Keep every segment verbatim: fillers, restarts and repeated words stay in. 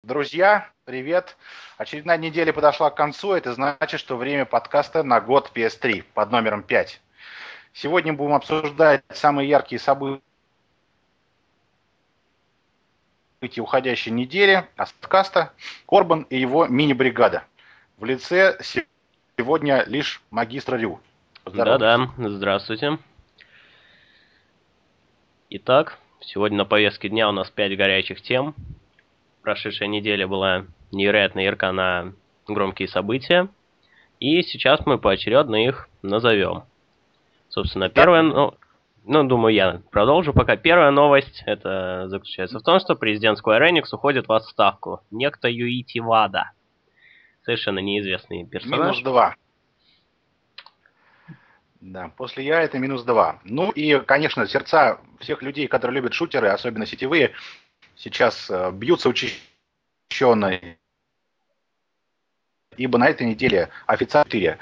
Друзья, привет! Очередная неделя подошла к концу. Это значит, что время подкаста на год пи эс три под номером пять. Сегодня будем обсуждать самые яркие события уходящей недели, а с подкаста Корбан и его мини-бригада. В лице сегодня лишь магистра Рю. Поздоровайтесь. Да-да, здравствуйте. Итак, сегодня на повестке дня у нас пять горячих тем. Прошедшая неделя была невероятно ярка на громкие события. И сейчас мы поочередно их назовем. Собственно, первая... Ну, ну, думаю, я продолжу пока. Первая новость, это заключается в том, что президент Square Enix уходит в отставку. Некто Юити Вада. Совершенно неизвестный персонаж. Минус два. Да, после я это минус два. Ну и, конечно, сердца всех людей, которые любят шутеры, особенно сетевые, сейчас э, бьются учащенно, ибо на этой неделе официально четыре.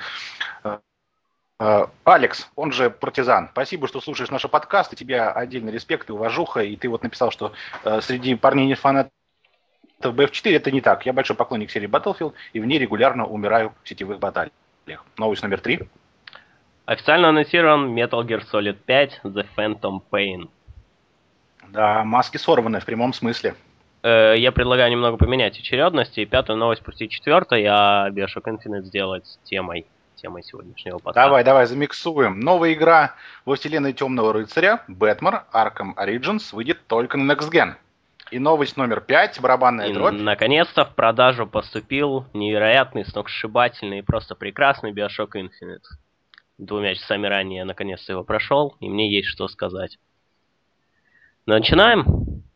Алекс, он же Партизан, спасибо, что слушаешь наши подкасты, тебе отдельный респект и уважуха, и ты вот написал, что э, среди парней не фанатов би эф четыре это не так. Я большой поклонник серии Battlefield, и в ней регулярно умираю в сетевых баталиях. Новость номер три. Официально анонсирован Metal Gear Solid пять The Phantom Pain. Да, маски сорваны в прямом смысле. Э, я предлагаю немного поменять очередность и пятую новость пустить четвертой, а Bioshock Infinite сделать темой, темой сегодняшнего подкаста. Давай, давай, замиксуем. Новая игра во вселенной Темного Рыцаря, Batman Arkham Origins, выйдет только на Next Gen. И новость номер пять, барабанная и дробь. Наконец-то в продажу поступил невероятный, сногсшибательный и просто прекрасный Bioshock Infinite. Двумя часами ранее я наконец-то его прошел, и мне есть что сказать. Начинаем?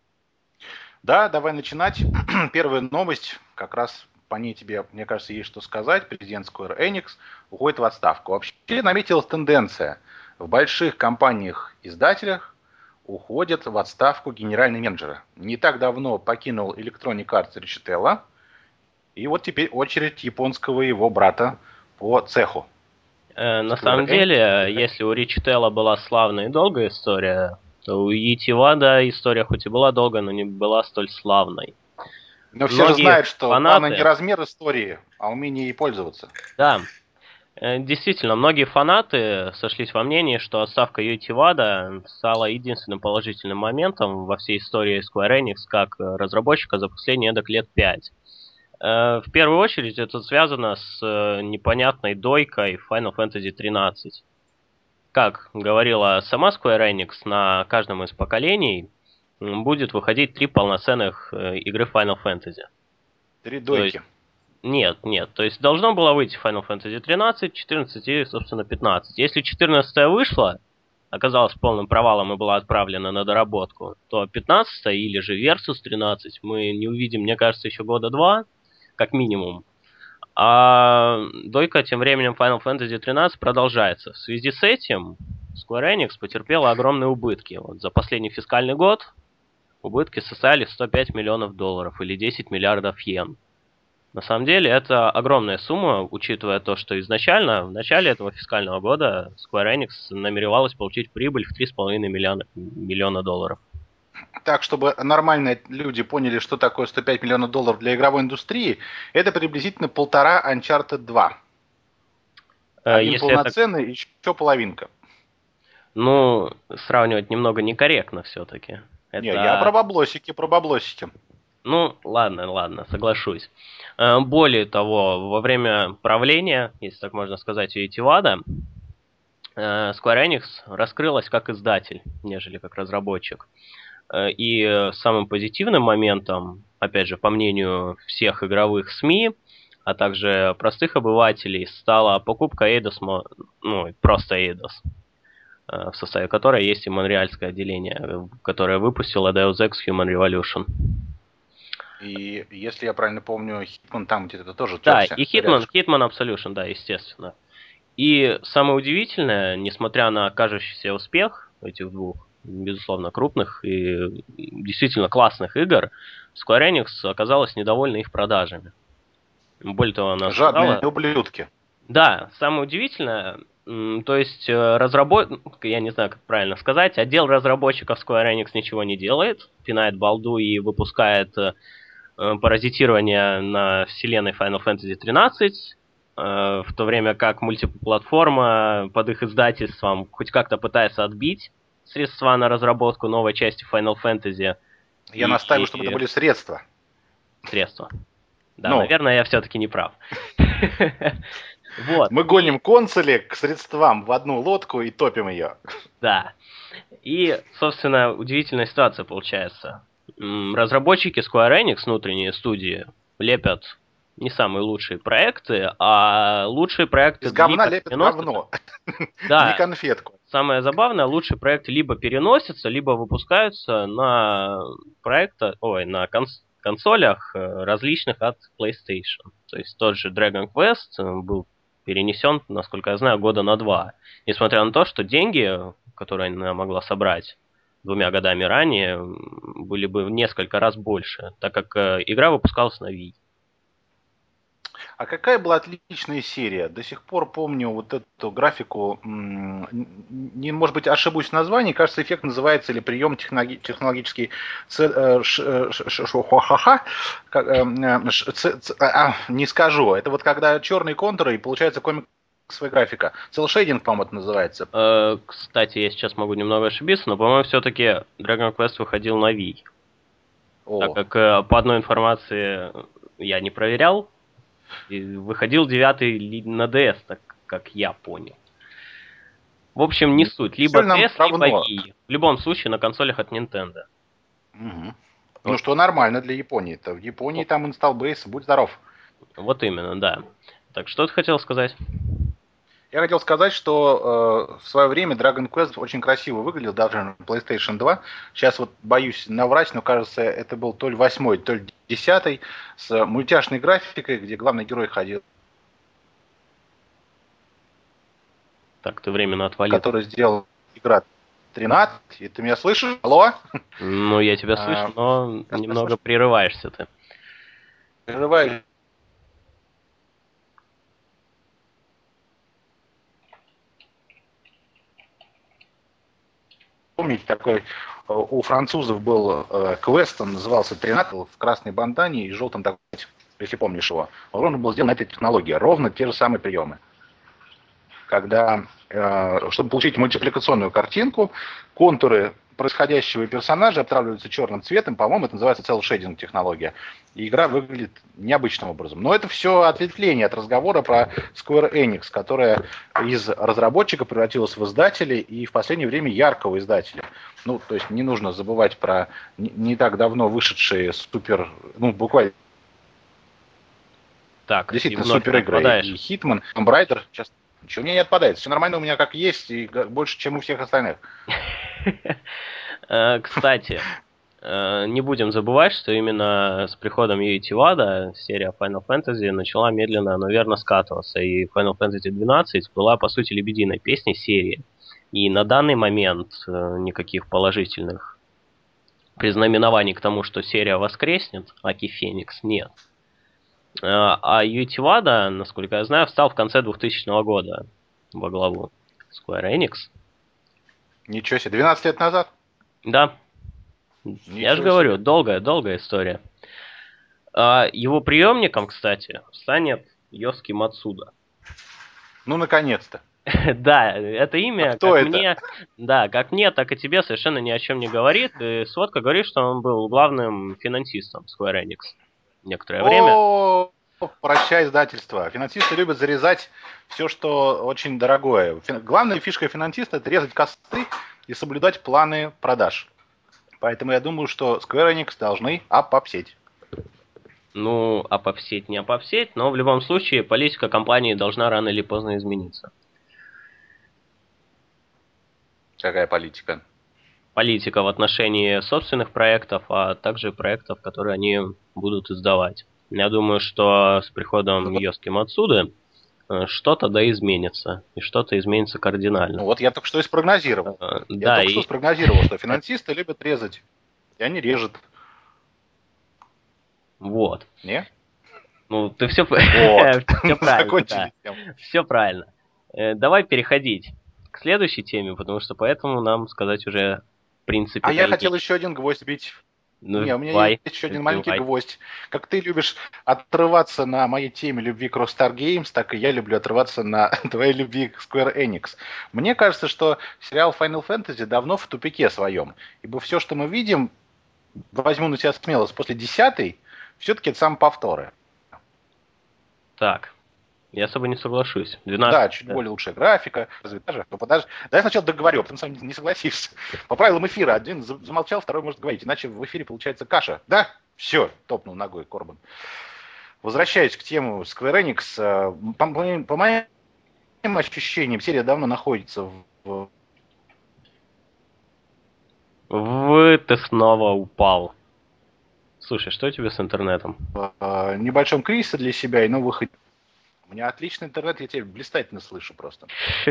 Да, давай начинать. Первая новость, как раз по ней тебе, мне кажется, есть что сказать. Президент Square Enix уходит в отставку. Вообще наметилась тенденция. В больших компаниях-издателях уходят в отставку генеральные менеджеры. Не так давно покинул Electronic Arts Ричителло. И вот теперь очередь японского его брата по цеху. Э, на самом деле, если у Ричителло была славная и долгая история, то у Юити Вада история хоть и была долгая, но не была столь славной. Но все же знают, что фанаты... главное не размер истории, а умение ей пользоваться. Да, действительно, многие фанаты сошлись во мнении, что отставка Юити Вада стала единственным положительным моментом во всей истории Square Enix как разработчика за последние эдак лет пять. В первую очередь это связано с непонятной дойкой Final Fantasy тринадцать. Как говорила сама Square Enix, на каждом из поколений будет выходить три полноценных игры Final Fantasy. Три дойки. Есть, нет, нет. То есть должно было выйти Final Fantasy тринадцать, четырнадцать и, собственно, пятнадцать. Если четырнадцатая вышла, оказалась полным провалом и была отправлена на доработку, то пятнадцатая или же Versus тринадцать мы не увидим, мне кажется, еще года два, как минимум. А дойка тем временем Final Fantasy тринадцать продолжается. В связи с этим Square Enix потерпела огромные убытки. Вот за последний фискальный год убытки составили сто пять миллионов долларов или десять миллиардов йен. На самом деле это огромная сумма, учитывая то, что изначально, в начале этого фискального года Square Enix намеревалась получить прибыль в три с половиной миллиона, миллиона долларов. Так, чтобы нормальные люди поняли, что такое сто пять миллионов долларов для игровой индустрии, это приблизительно полтора Uncharted два. Один Если полноценный, это... еще половинка. Ну, сравнивать немного некорректно все-таки. Это... Не, я про баблосики, про баблосики. Ну, ладно, ладно, соглашусь. Более того, во время правления, если так можно сказать, Юити Вада, Square Enix раскрылась как издатель, нежели как разработчик. И самым позитивным моментом, опять же, по мнению всех игровых СМИ, а также простых обывателей, стала покупка Eidos, ну, просто Eidos, в составе которой есть и монреальское отделение, которое выпустило Deus Ex Human Revolution. И если я правильно помню, Hitman там где-то тоже Да, терся, и Hitman, Hitman Absolution, да, естественно. И самое удивительное, несмотря на кажущийся успех этих двух, безусловно, крупных и действительно классных игр, Square Enix оказалась недовольна их продажами. Более того, она жадные сказала... ублюдки. Да, самое удивительное, то есть разработ... я не знаю, как правильно сказать, отдел разработчиков Square Enix ничего не делает, пинает балду и выпускает э, паразитирования на вселенной Final Fantasy тринадцать, э, в то время как мультиплатформа под их издательством хоть как-то пытается отбить средства на разработку новой части Final Fantasy. Я И, настаиваю, чтобы это и были средства. средства. Да, Ну, наверное, я все-таки не прав. Вот. мы гоним консоли к средствам в одну лодку и топим ее. Да. И, собственно, удивительная ситуация получается. Разработчики Square Enix, внутренние студии, лепят не самые лучшие проекты, а лучшие проекты Из говна либо лепят переносятся. говно. Не Да, конфетку. самое забавное, лучшие проекты либо переносятся, либо выпускаются на проекта, ой, на конс- консолях э, различных от PlayStation. То есть тот же Dragon Quest э, был перенесен, насколько я знаю, года на два. Несмотря на то, что деньги, которые она могла собрать двумя годами ранее, м, были бы в несколько раз больше, так как э, игра выпускалась на Wii. А какая была отличная серия? До сих пор помню вот эту графику. м, Не, может быть, ошибусь в названии. Кажется, эффект называется или прием технологи- технологический ц- э, ш- э, ш- ш- ш- ха-ха-ха. Как, э, э, ш- ц- ц- а, а, Не скажу. Это вот когда черные контуры и получается комиксовая графика. Cel-shading, по-моему, это называется. Э, кстати, я сейчас могу немного ошибиться, но, по-моему, все-таки Dragon Quest выходил на Wii. Так О, как э, по одной информации я не проверял, и выходил девятый ли- на ди эс, так как я понял. В общем, не суть. Либо все нам ди эс, либо равно. Wii. В любом случае на консолях от Nintendo. Мгм. Ну, Вот, что нормально для Японии-то. В Японии там инсталл бейс, будь здоров. вот именно, да. Так, что ты хотел сказать? Я хотел сказать, что э, в свое время Dragon Quest очень красиво выглядел, даже на PlayStation два. Сейчас вот боюсь наврать, но кажется, это был то ли восьмой, то ли десятый, с мультяшной графикой, где главный герой ходил, Так, ты временно отвалил. который сделал игра тринадцать. И ты меня слышишь? Алло? Ну, я тебя А, слышу, но Сейчас меня немного слышишь? прерываешься ты. Прерываю. Помните, такой э, у французов был э, квест, он назывался тринадцать, в красной бандане и желтом таком, если помнишь его. Он был сделан на этой технологии, ровно те же самые приемы. Когда, э, чтобы получить мультипликационную картинку, контуры происходящего персонажа обтравливаются черным цветом, по-моему, это называется cel-shading технология. И игра выглядит необычным образом. Но это все ответвление от разговора про Square Enix, которая из разработчика превратилась в издателя и в последнее время яркого издателя. Ну, то есть не нужно забывать про не, не так давно вышедшие супер, ну, буквально Так, и действительно вновь ты супер игры. И отпадаешь. Hitman, Tomb Raider, сейчас ничего у меня не отпадает. Все нормально у меня как есть, и больше, чем у всех остальных. Э, Кстати, э, не будем забывать, что именно с приходом Юити Вада серия Final Fantasy начала медленно, но верно скатываться. И Final Fantasy двенадцать была, по сути, лебединой песней серии. И на данный момент э, никаких положительных признаменований к тому, что серия воскреснет, Аки Феникс, нет. Э, А Юити Вада, насколько я знаю, встал в конце двухтысячного года во главу Square Enix. Ничего себе, двенадцать лет назад? Да, я же Ничего говорю, себе. долгая, долгая история. А его приемником, кстати, станет Йоски Мацуда. Ну, наконец-то. Да, это А имя, кто как это? мне, да, как мне, так и тебе совершенно ни о чем не говорит. И сводка говорит, что он был главным финансистом Square Enix некоторое время. О, прощай, издательство. Финансисты любят зарезать все, что очень дорогое. Фин- Главная фишка финансиста – это резать косты и соблюдать планы продаж. Поэтому я думаю, что Square Enix должны опопсеть. Ну, оповсеть, не оповсеть, но в любом случае политика компании должна рано или поздно измениться. Какая политика? Политика в отношении собственных проектов, а также проектов, которые они будут издавать. Я думаю, что с приходом Ну, Йоски Мацуды э, что-то да изменится, и что-то изменится кардинально. ну вот я только что и спрогнозировал. Э, Я Да, только что и спрогнозировал, что это- финансисты любят резать. И они режут. вот. Не? Ну, ты все, Вот. все правильно, Закончили да. с тем. Все правильно. Э, Давай переходить к следующей теме, потому что поэтому нам сказать уже, в принципе, А я то и хотел нечего. еще один гвоздь бить. Ну, Не, у меня давай, есть еще один маленький давай. гвоздь. Как ты любишь отрываться на моей теме любви к Rockstar Games, так и я люблю отрываться на твоей любви к Square Enix. Мне кажется, что сериал Final Fantasy давно в тупике своем. Ибо все, что мы видим, возьму на себя смелость, после десятой, все-таки это сам повторы. Так, я с тобой не соглашусь. Да, двенадцать. чуть более лучшая графика, развитая. Но подожди, да я сначала договорю, а потом сам не согласишься. По правилам эфира один замолчал, второй может говорить, иначе в эфире получается каша. Да? Все, топнул ногой Корбан. Возвращаясь к тему Square Enix, э, по, моим, по моим ощущениям, серия давно находится в, Вы ты снова упал. Слушай, что у тебя с интернетом? в, в небольшом кризисе для себя и новых... У меня отличный интернет, я тебя блистательно слышу просто.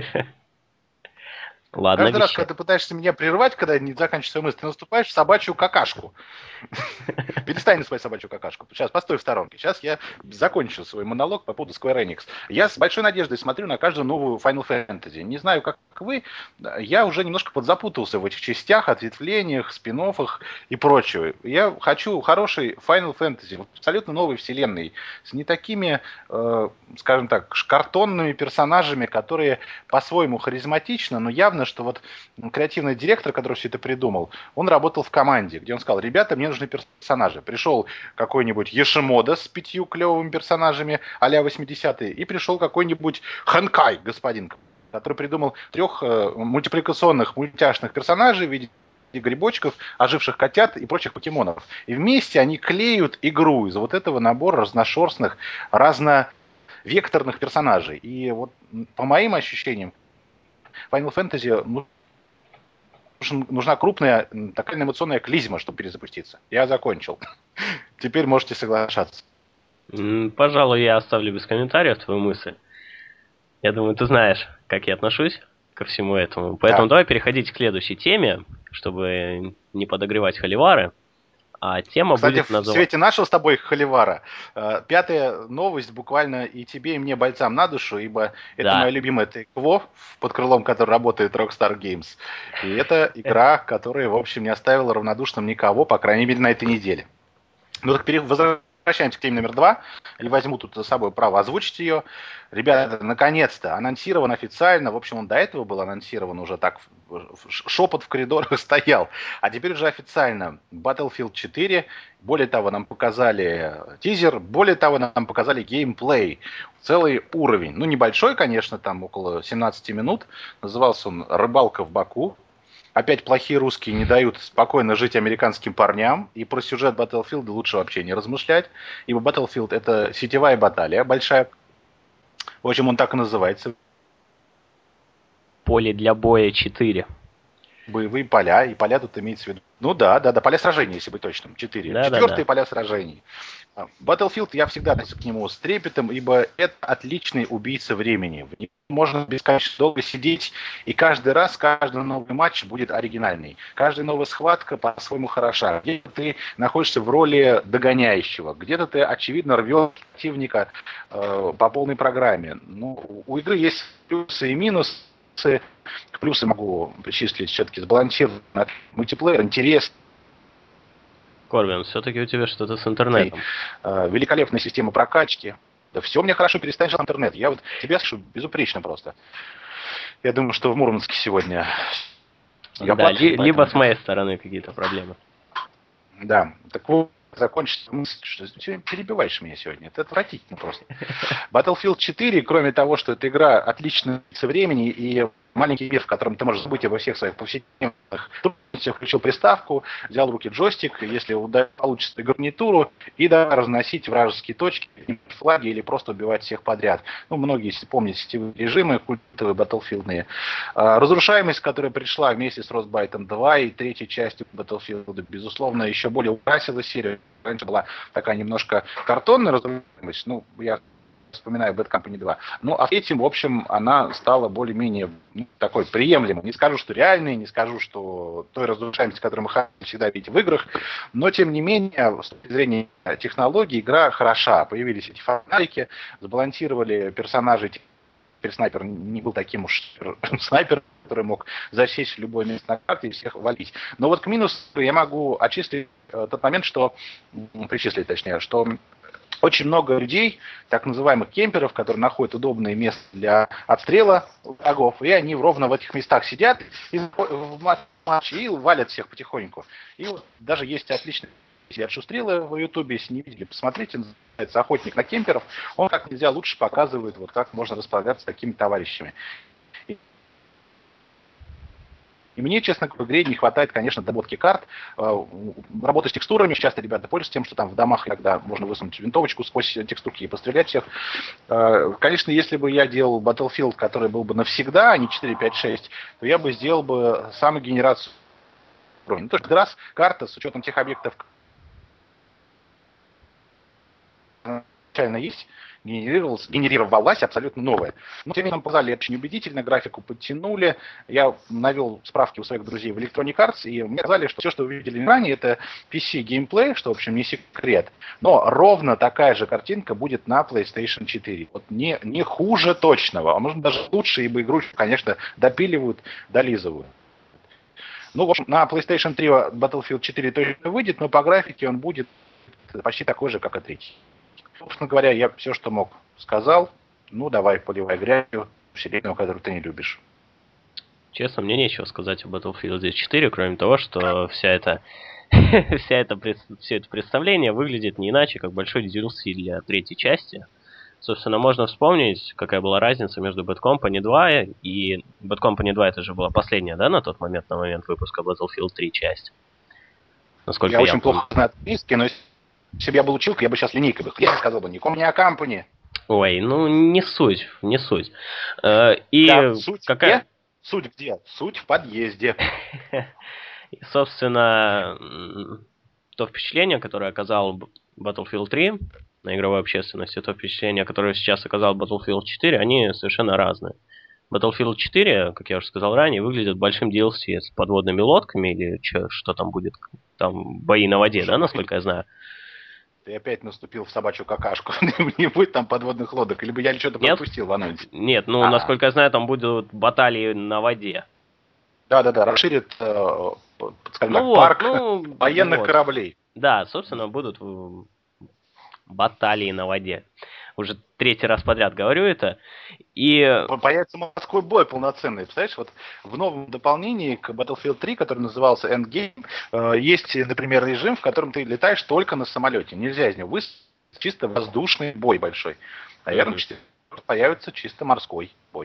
Ладно, Каждый раз, обещаю. когда ты пытаешься меня прерывать, когда не заканчиваешь свою мысль, ты наступаешь в собачью какашку. Перестань называть собачью какашку. Сейчас, постой в сторонке. Сейчас я закончу свой монолог по поводу Square Enix. Я с большой надеждой смотрю на каждую новую Final Fantasy. Не знаю, как вы, я уже немножко подзапутался в этих частях, ответвлениях, спин-оффах и прочего. Я хочу хороший Final Fantasy, абсолютно новой вселенной, с не такими, э, скажем так, картонными персонажами, которые по-своему харизматичны, но явно, что вот креативный директор, который все это придумал, он работал в команде, где он сказал: ребята, мне нужны персонажи. Пришел какой-нибудь Ешимода с пятью клевыми персонажами а-ля восьмидесятые, и пришел какой-нибудь Ханкай, господин, который придумал трех э, мультипликационных, мультяшных персонажей в виде грибочков, оживших котят и прочих покемонов. И вместе они клеют игру из вот этого набора разношерстных, разновекторных персонажей. И вот по моим ощущениям, Final Fantasy ну, нужна крупная такая инновационная клизма, чтобы перезапуститься. Я закончил. Теперь можете соглашаться. Пожалуй, я оставлю без комментариев твою мысль. Я думаю, ты знаешь, как я отношусь ко всему этому. Поэтому Да. давай переходить к следующей теме, чтобы не подогревать холивары. А тема Кстати, будет в называться... свете нашего с тобой холивара, пятая новость буквально и тебе, и мне, бойцам, на душу, ибо это Да. моя любимая ТКВО, под крылом которой работает Rockstar Games. И это игра, которая, в общем, не оставила равнодушным никого, по крайней мере, на этой неделе. Ну так возвращаемся к теме номер два. И возьму тут за собой право озвучить ее. Ребята, наконец-то анонсирован официально. В общем, он до этого был анонсирован уже так. Шепот в коридорах стоял. А теперь уже официально Battlefield четыре. Более того, нам показали тизер. Более того, нам показали геймплей. Целый уровень. Ну, небольшой, конечно, там около семнадцати минут. Назывался он «Рыбалка в Баку». Опять плохие русские не дают спокойно жить американским парням, и про сюжет Battlefield лучше вообще не размышлять, ибо Battlefield — это сетевая баталия большая. В общем, он так и называется. Поле для боя четыре. Боевые поля, и поля тут имеется в виду. Ну да, да, да, поля сражений, если быть точным. Четыре. Да, да, Четвертые да. поля сражений. Battlefield я всегда относился к нему с трепетом, ибо это отличный убийца времени. В нем можно бесконечно долго сидеть, и каждый раз, каждый новый матч будет оригинальный. Каждая новая схватка по-своему хороша. Где-то ты находишься в роли догоняющего, где-то ты, очевидно, рвешь противника э, по полной программе. Ну, у игры есть плюсы и минусы. К плюсам могу причислить все-таки сбалансированный мультиплеер, интерес. Корвин, все-таки у тебя что-то с интернетом. Великолепная система прокачки. Да все мне хорошо, перестань жать интернет. Я вот тебя слышу безупречно просто. Я думаю, что в Мурманске сегодня... Да, ли, поэтому... либо с моей стороны какие-то проблемы. Да, так вот, закончится мысль, что ты перебиваешь меня сегодня. Это отвратительно просто. Battlefield четыре, кроме того, что эта игра отличная со времени и маленький мир, в котором ты можешь забыть обо всех своих повседневных трудностях, включил приставку, взял в руки джойстик, если получится гарнитуру, и да, разносить вражеские точки, флаги или просто убивать всех подряд. Ну, многие, если помните, сетевые режимы, культовые батлфилдные. Разрушаемость, которая пришла вместе с Frostbite два и третьей частью Battlefield, безусловно, еще более украсила серию. Раньше была такая немножко картонная разрушаемость, ну, я вспоминаю Bad Company два. Ну, а этим, в общем, она стала более-менее ну, такой приемлемой. Не скажу, что реальной, не скажу, что той разрушаемости, которую мы хотим всегда видеть в играх, но, тем не менее, с точки зрения технологий, игра хороша. Появились эти фонарики, сбалансировали персонажей теперь снайпер не был таким уж снайпером, который мог засечь любое место на карте и всех валить. Но вот к минусу я могу отчислить тот момент, что, причислить точнее, что очень много людей, так называемых кемперов, которые находят удобное место для отстрела врагов, и они ровно в этих местах сидят и в матче и валят всех потихоньку. И вот даже есть отличный от Шустрила в Ютубе, если не видели, посмотрите, называется «Охотник на кемперов». Он как нельзя лучше показывает, вот как можно располагаться с такими товарищами. И мне, честно говоря, в игре не хватает, конечно, доработки карт, работы с текстурами. Часто ребята пользуются тем, что там в домах иногда можно высунуть винтовочку сквозь текстурки и пострелять всех. Конечно, если бы я делал Battlefield, который был бы навсегда, а не четыре, пять, шесть, то я бы сделал бы самую генерацию уровня. То есть раз карта с учетом тех объектов, изначально есть, генерировалась, генерировалась абсолютно новая. Но тем не менее, показали очень убедительно, графику подтянули. Я навел справки у своих друзей в Electronic Arts, и мне сказали, что все, что вы видели ранее, это пи си-геймплей, что, в общем, не секрет. Но ровно такая же картинка будет на PlayStation четыре. Вот не, не хуже точного, а может даже лучше, ибо игрушку, конечно, допиливают, долизывают. Ну, в общем, на PlayStation три Battlefield четыре точно выйдет, но по графике он будет почти такой же, как и третий. Собственно говоря, я все, что мог, сказал. Ну, давай, поливай грязью вселенную, которую ты не любишь. Честно, мне нечего сказать об Battlefield четыре, кроме того, что вся эта, вся эта, все это представление выглядит не иначе, как большой ди эл си для третьей части. Собственно, можно вспомнить, какая была разница между Bad Company два и... Bad Company два это же была последняя, да, на тот момент, на момент выпуска Battlefield три часть? Насколько я, я очень помню. плохо знаю английский, но если бы я был училкой, я бы сейчас линейкой бы. Я сказал бы, не Company, а Company. Ой, ну не суть, не суть. И да, суть какая... где? Суть где? Суть в подъезде. И, собственно, то впечатление, которое оказал Battlefield три на игровой общественности, то впечатление, которое сейчас оказал Battlefield четыре, они совершенно разные. Battlefield четыре, как я уже сказал ранее, выглядит большим ди эл си с подводными лодками, или что, что там будет, там бои на воде, да, насколько я знаю. Ты опять наступил в собачью какашку. Не будет там подводных лодок, либо я что-то пропустил в анонсе. Нет, ну, А-а. насколько я знаю, там будут баталии на воде. Да-да-да, расширит, скажем так, парк военных кораблей. Да, собственно, будут баталии на воде. Уже третий раз подряд говорю это. И... Появится морской бой полноценный. Представляешь, вот в новом дополнении к Battlefield три, который назывался Endgame, есть, например, режим, в котором ты летаешь только на самолете. Нельзя из него высадиться, чисто воздушный бой большой. Наверное, mm-hmm. появится чисто морской бой.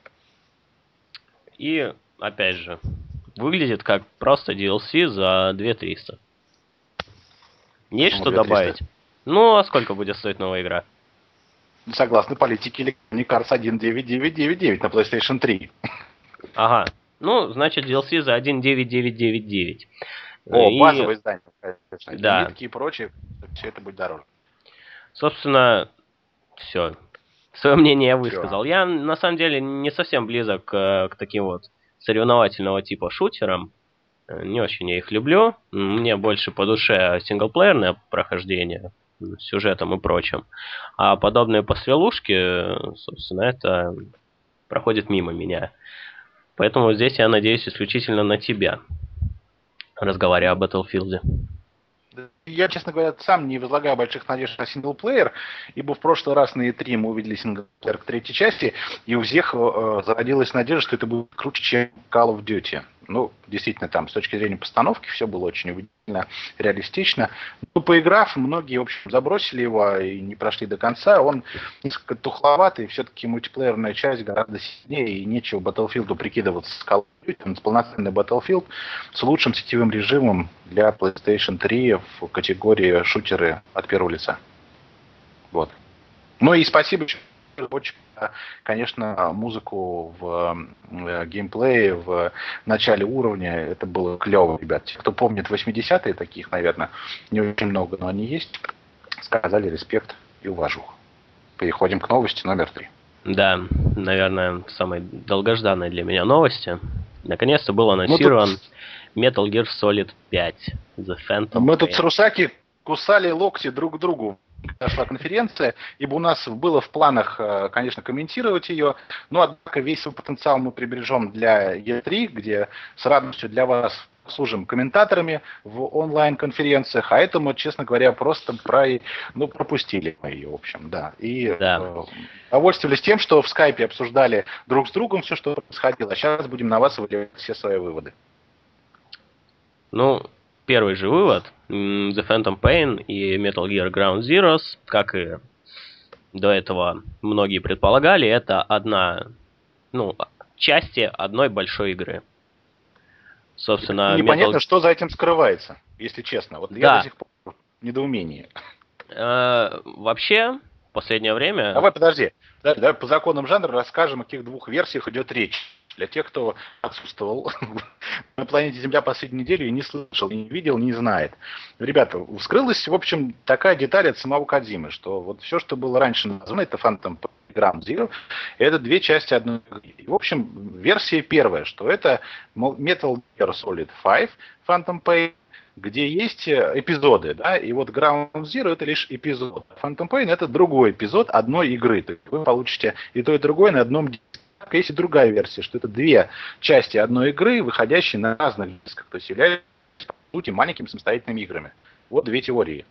И, опять же, выглядит как просто ди эл си за две тысячи триста. Есть что добавить? Ну, а сколько будет стоить новая игра? Согласно политике Electronic Arts один девять девять девять девять на PlayStation три. Ага. Ну, значит, ди эл си за один девять девять девять девять. О, и... базовое издание, конечно. Да. Нитки и прочее, все это будет дороже. Собственно, все. Свое мнение я высказал. Все. Я, на самом деле, не совсем близок к, к таким вот соревновательного типа шутерам. Не очень я их люблю. Мне больше по душе синглплеерное прохождение, сюжетом и прочим. А подобные пострелушки, собственно, это проходит мимо меня. Поэтому здесь я надеюсь исключительно на тебя, разговаривая о Battlefield. Я, честно говоря, сам не возлагаю больших надежд на синглплеер, ибо в прошлый раз на и три мы увидели синглплеер к третьей части, и у всех э, зародилась надежда, что это будет круче, чем Call of Duty. Ну, действительно, там, с точки зрения постановки, все было очень убедительно, реалистично. Но поиграв, многие, в общем, забросили его и не прошли до конца. Он несколько тухловатый, все-таки мультиплеерная часть гораздо сильнее, и нечего Battlefield прикидываться с Call of Duty. Он полноценный Battlefield с лучшим сетевым режимом для PlayStation три в категории шутеры от первого лица. Вот. Ну и спасибо очень, конечно, музыку в геймплее, в начале уровня. Это было клево, ребят. Те, кто помнит восьмидесятые, таких, наверное, не очень много, но они есть, сказали респект и уважух. Переходим к новости номер три. Да, наверное, самой долгожданной для меня новости. Наконец-то был анонсирован ну, тут... Metal Gear Solid пять. The Phantom Мы Pain. Тут с Русаки кусали локти друг к другу прошла конференция, ибо у нас было в планах, конечно, комментировать ее, но, однако, весь свой потенциал мы прибережем для и три, где с радостью для вас служим комментаторами в онлайн-конференциях, а это мы, честно говоря, просто про, ну, пропустили мы ее, в общем, да. И да. э, довольствовались тем, что в скайпе обсуждали друг с другом все, что происходило, а сейчас будем на вас выливать все свои выводы. Ну, первый же вывод. The Phantom Pain и Metal Gear Ground Zeroes, как и до этого многие предполагали, это одна, ну, части одной большой игры. Собственно, и непонятно, Metal... что за этим скрывается, если честно. Вот да. Я до сих пор в недоумении. Э, вообще, в последнее время... Давай, подожди. Давай по законам жанра расскажем, о каких двух версиях идет речь. Для тех, кто отсутствовал на планете Земля последнюю неделю и не слышал, не видел, не знает. Ребята, вскрылась, в общем, такая деталь от самого Кодзимы, что вот все, что было раньше названо, это Phantom Ground Zero, это две части одной игры. В общем, версия первая, что это Metal Gear Solid пять Phantom Pain, где есть эпизоды, да, и вот Ground Zero это лишь эпизод. Phantom Pain это другой эпизод одной игры. То есть вы получите и то, и другое на одном диске. Есть и другая версия, что это две части одной игры, выходящие на разных дисках, то есть являются, по сути, маленькими самостоятельными играми. Вот две теории.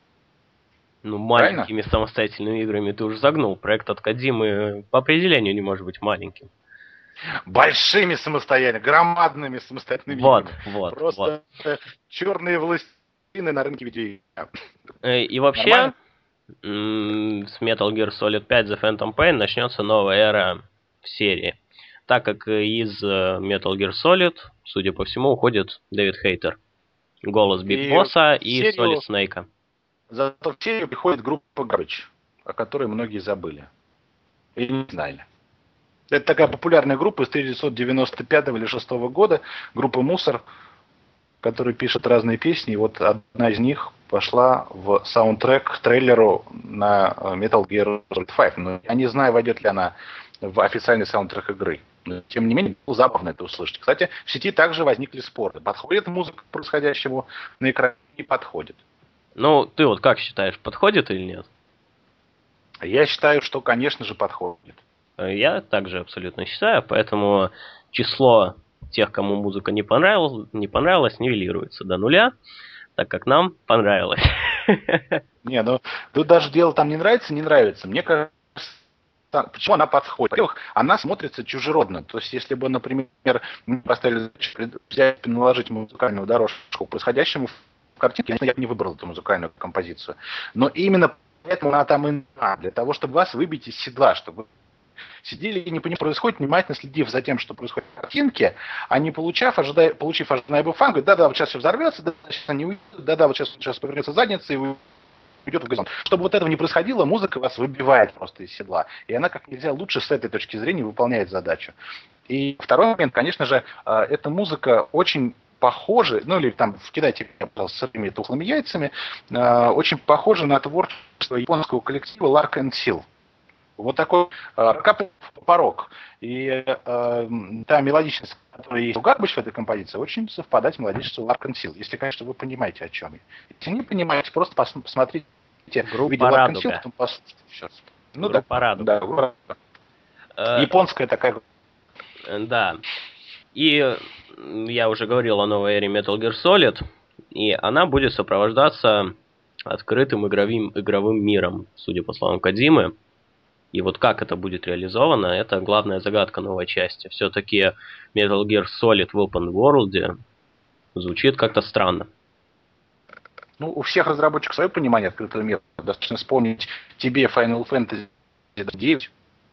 Ну, маленькими Правильно? Самостоятельными играми ты уже загнул. Проект от Кодзимы по определению не может быть маленьким. Большими самостоятельными, громадными самостоятельными вот, играми. Вот, Просто вот. черные властины на рынке видеоигр. И вообще, Нормально? С Metal Gear Solid пять The Phantom Pain начнется новая эра в серии. Так как из Metal Gear Solid, судя по всему, уходит Дэвид Хейтер. Голос Биг Босса и, и Solid Snake. Зато в серию приходит группа Garbage, о которой многие забыли. И не знали. Это такая популярная группа из тысяча девятьсот девяносто пятого или шестого года, группа Мусор, которая пишет разные песни. И вот одна из них пошла в саундтрек к трейлеру на Metal Gear Solid пять. Но я не знаю, войдет ли она в официальный саундтрек игры. Но, тем не менее, было забавно это услышать. Кстати, в сети также возникли споры. Подходит музыка к происходящему на экране? Не подходит. Ну, ты вот как считаешь, подходит или нет? Я считаю, что, конечно же, подходит. Я также абсолютно считаю, поэтому число тех, кому музыка не понравилась, не понравилась, нивелируется до нуля, так как нам понравилось. Не, ну тут даже дело там не нравится, не нравится. Мне кажется, почему она подходит? Во-первых, она смотрится чужеродно. То есть, если бы, например, мы поставили взять, наложить музыкальную дорожку к происходящему в картинке, я бы не выбрал эту музыкальную композицию. Но именно поэтому она там и нужна, для того, чтобы вас выбить из седла, чтобы сидели и не понимали, что происходит, внимательно следив за тем, что происходит в картинке, а не получав, ожидая, получив ожидаемый фан, говорит, да-да, вот сейчас все взорвется, да-да, сейчас они уйдут, да-да, вот сейчас, сейчас повернется задница и уйдет в горизонт. Чтобы вот этого не происходило, музыка вас выбивает просто из седла. И она как нельзя лучше с этой точки зрения выполняет задачу. И второй момент, конечно же, эта музыка очень похожа, ну или там вкидайте с этими тухлыми яйцами, очень похожа на творчество японского коллектива Lark and Seal. Вот такой э, порог. И э, та мелодичность, которая есть у Garbage в этой композиции, очень совпадает с мелодичностью Lark and Seal. Если, конечно, вы понимаете, о чем я. Если не понимаете, просто пос посмотрите видео Lark and Seal, потом послушайте. Сейчас. Ну группа да, Радуга. да, группа. Э, Японская такая. Да. И я уже говорил о новой эре Metal Gear Solid, и она будет сопровождаться открытым игровым, игровым миром, судя по словам Кодзимы. И вот как это будет реализовано, это главная загадка новой части. Все-таки Metal Gear Solid в Open World звучит как-то странно. Ну, у всех разработчиков свое понимание открытого мира. Достаточно вспомнить тебе Final Fantasy девять.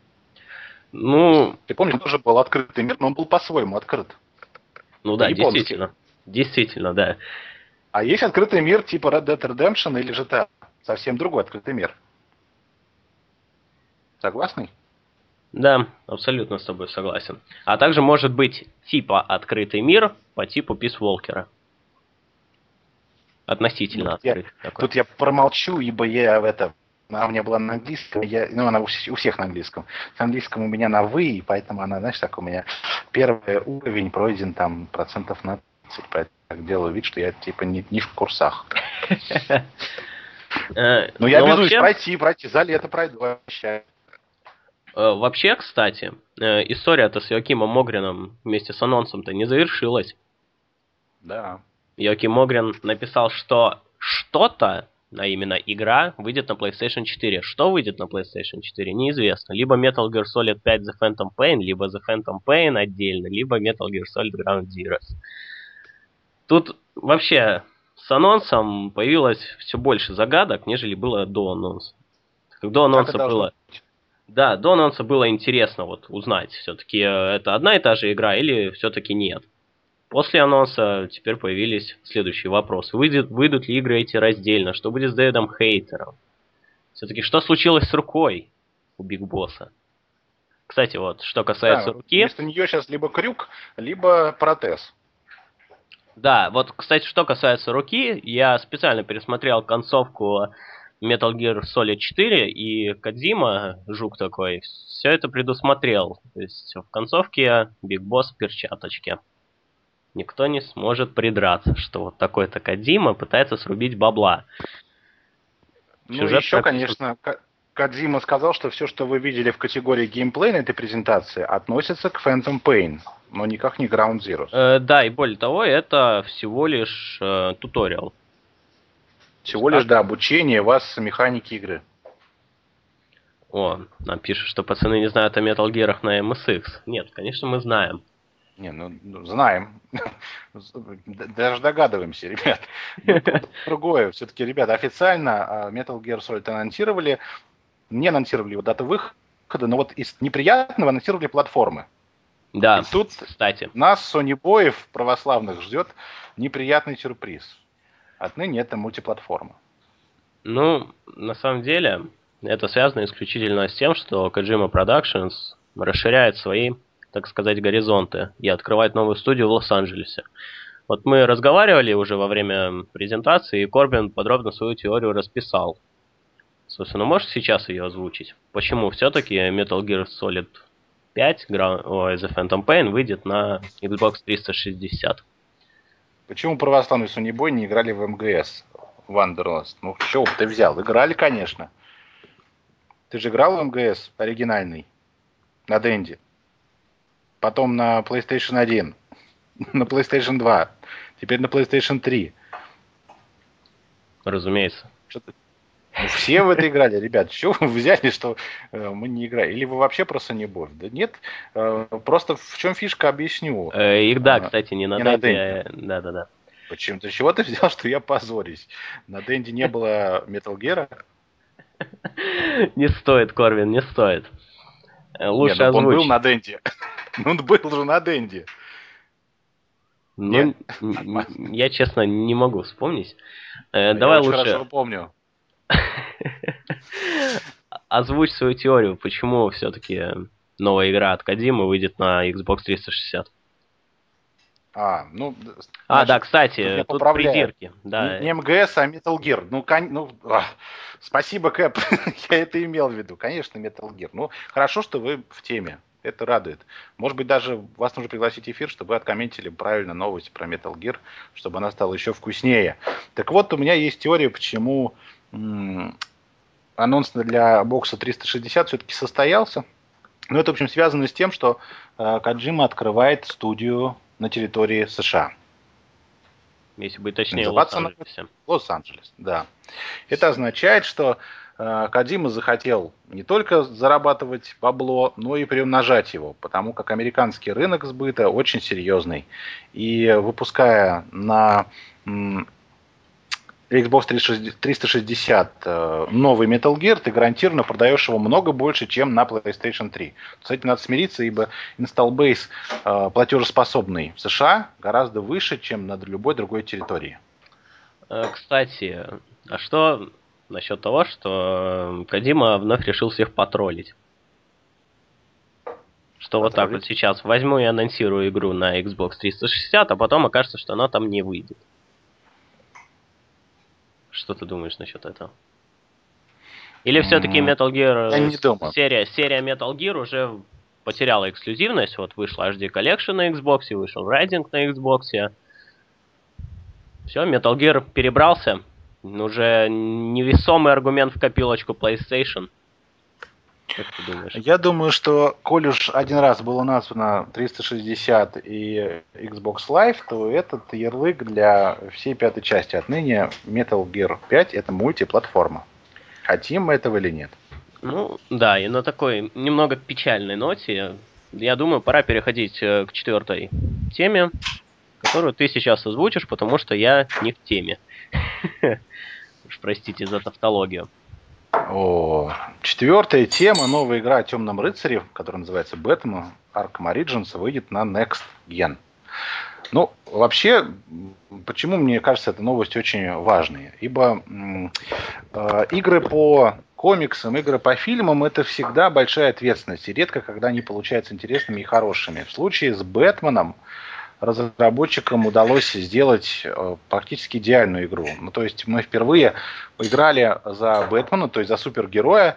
Ну, ты помнишь, он тоже был открытый мир, но он был по-своему открыт. Ну да, японский. действительно. Действительно, да. А есть открытый мир типа Red Dead Redemption или джи ти эй. Совсем другой открытый мир. Согласны? Да, абсолютно с тобой согласен. А также может быть типа открытый мир по типу Peace Walker. Относительно ну, открытый. Я, тут я промолчу, ибо я в это... Она у меня была на английском, я, ну она у, у всех на английском. С английском у меня на «вы», и поэтому она, знаешь, так у меня первый уровень пройден там процентов на тридцать. Поэтому я делаю вид, что я типа не, не в курсах. Э, Ну, я но обязуюсь вообще, пройти, пройти. За лето пройду, вообще. э, вообще, кстати, э, история-то с Йоакимом Могрином вместе с анонсом-то не завершилась. Да. Йоаким Могрин написал, что что-то, а именно игра, выйдет на PlayStation четыре. Что выйдет на PlayStation четыре, неизвестно. Либо Metal Gear Solid пять The Phantom Pain, либо The Phantom Pain отдельно, либо Metal Gear Solid Ground Zeroes. Тут вообще с анонсом появилось все больше загадок, нежели было до анонса. До Так и анонса должно было... Да, до анонса было интересно вот узнать, все-таки это одна и та же игра или все-таки нет. После анонса теперь появились следующие вопросы. Выйдет, выйдут ли игры эти раздельно? Что будет с Дэвидом Хейтером? Все-таки что случилось с рукой у Биг Босса? Кстати, вот, что касается Да, руки... вместо нее сейчас либо крюк, либо протез. Да, вот, кстати, что касается руки, я специально пересмотрел концовку Metal Gear Solid четыре, и Кодзима, жук такой, все это предусмотрел. То есть в концовке Биг Босс в перчаточке. Никто не сможет придраться, что вот такой-то Кодзима пытается срубить бабла. Ну, Сюжет еще, прописан. конечно, Ка- Кодзима сказал, что все, что вы видели в категории геймплей на этой презентации, относится к Phantom Pain, но никак не Ground Zero. Э, да, и более того, это всего лишь э, туториал. Всего лишь, да, обучение вас механики игры. О, нам пишут, что пацаны не знают о Metal Gear'ах на эм эс икс. Нет, конечно, мы знаем. Не, ну, ну, знаем. Даже догадываемся, ребят. Но тут другое. Все-таки, ребят, официально а, Metal Gear Solid анонсировали, не анонсировали его дату выхода, но вот из неприятного анонсировали платформы. Да, И тут кстати. нас, сонибоев православных, ждет неприятный сюрприз. Отныне это мультиплатформа. Ну, на самом деле, это связано исключительно с тем, что Kojima Productions расширяет свои, так сказать, горизонты и открывает новую студию в Лос-Анджелесе. Вот мы разговаривали уже во время презентации, и Корбин подробно свою теорию расписал. Собственно, можешь сейчас ее озвучить? Почему все-таки Metal Gear Solid пять, ой, The Phantom Pain, выйдет на Xbox триста шестьдесят? Почему православные сонибой не играли в эм гэ эс Wanderlust? Ну, чего бы ты взял? Играли, конечно. Ты же играл в эм гэ эс оригинальный на Денди. Потом на PlayStation один, на PlayStation два, теперь на PlayStation три. Разумеется. Что-то... Ну, все в это играли, ребят. Чего вы взяли, что э, мы не играли? Или вы вообще про сонибой? Да нет, э, просто в чем фишка, объясню. Э, их, да, А, кстати, не на не на Денди, Денди. да-да-да. Почему? Ты чего ты взял, что я позорюсь? На Денди не было Metal Gear? Не стоит, Корвин, не стоит. Э, Нет, Лучше ну он был озвучь. на Денди. Ну, он был же на Денди. Ну, Нет? н- н- я, честно, не могу вспомнить. Э, А я Давай очень хорошо лучше помню. озвучь свою теорию, почему все-таки новая игра от Кодзимы выйдет на Xbox триста шестьдесят. А, ну, А, да, значит, тут кстати, меня тут поправляют. придирки. Не, Да, не эм гэ эс, а Metal Gear. Ну, кон... ну ах, спасибо, Кэп. Я это имел в виду. Конечно, Metal Gear. Ну, хорошо, что вы в теме. Это радует. Может быть, даже вас нужно пригласить в эфир, чтобы вы откомментили правильно новость про Metal Gear, чтобы она стала еще вкуснее. Так вот, у меня есть теория, почему м- анонс для бокса триста шестьдесят все-таки состоялся. Ну, это, в общем, связано с тем, что э, Коджима открывает студию на территории США. если быть точнее, в Называться она Лос-Анджелесе. Лос-Анджелес, да. Это означает, что э, Кодзима захотел не только зарабатывать бабло, но и приумножать его, потому как американский рынок сбыта очень серьезный. И выпуская на м, Xbox триста шестьдесят э, новый Metal Gear, ты гарантированно продаешь его много больше, чем на PlayStation три. С этим надо смириться, ибо install base э, платежеспособный в США гораздо выше, чем на любой другой территории. Э, Кстати, а что насчет того, что э, Кодзима вновь решил всех потроллить? Что вот так вот Потроллить? сейчас возьму и анонсирую игру на Xbox триста шестьдесят, а потом окажется, что она там не выйдет. Что ты думаешь насчет этого? Или все-таки М, Metal Gear, Я э, не думаю. серия, серия Metal Gear уже потеряла эксклюзивность. Вот вышла эйч ди Collection на Xbox, вышел Rising на Xbox. Все, Metal Gear перебрался Уже невесомый аргумент в копилочку PlayStation. Как ты думаешь? Я думаю, что коль уж один раз было названо триста шестьдесят и Xbox Live, то этот ярлык для всей пятой части. Отныне Metal Gear пять это мультиплатформа. Хотим мы этого или нет? Ну, да, и на такой немного печальной ноте, я думаю, пора переходить к четвертой теме, которую ты сейчас озвучишь, потому что я не в теме. Уж простите за тавтологию. О, четвертая тема, новая игра о Темном рыцаре, которая называется Batman Arkham Origins, выйдет на Next Gen. Ну, вообще, почему мне кажется эта новость очень важной? Ибо э, игры по комиксам, игры по фильмам это всегда большая ответственность. И редко когда они получаются интересными и хорошими. В случае с Бэтменом разработчикам удалось сделать э, практически идеальную игру. Ну, то есть мы впервые играли за Бэтмена, то есть за супергероя,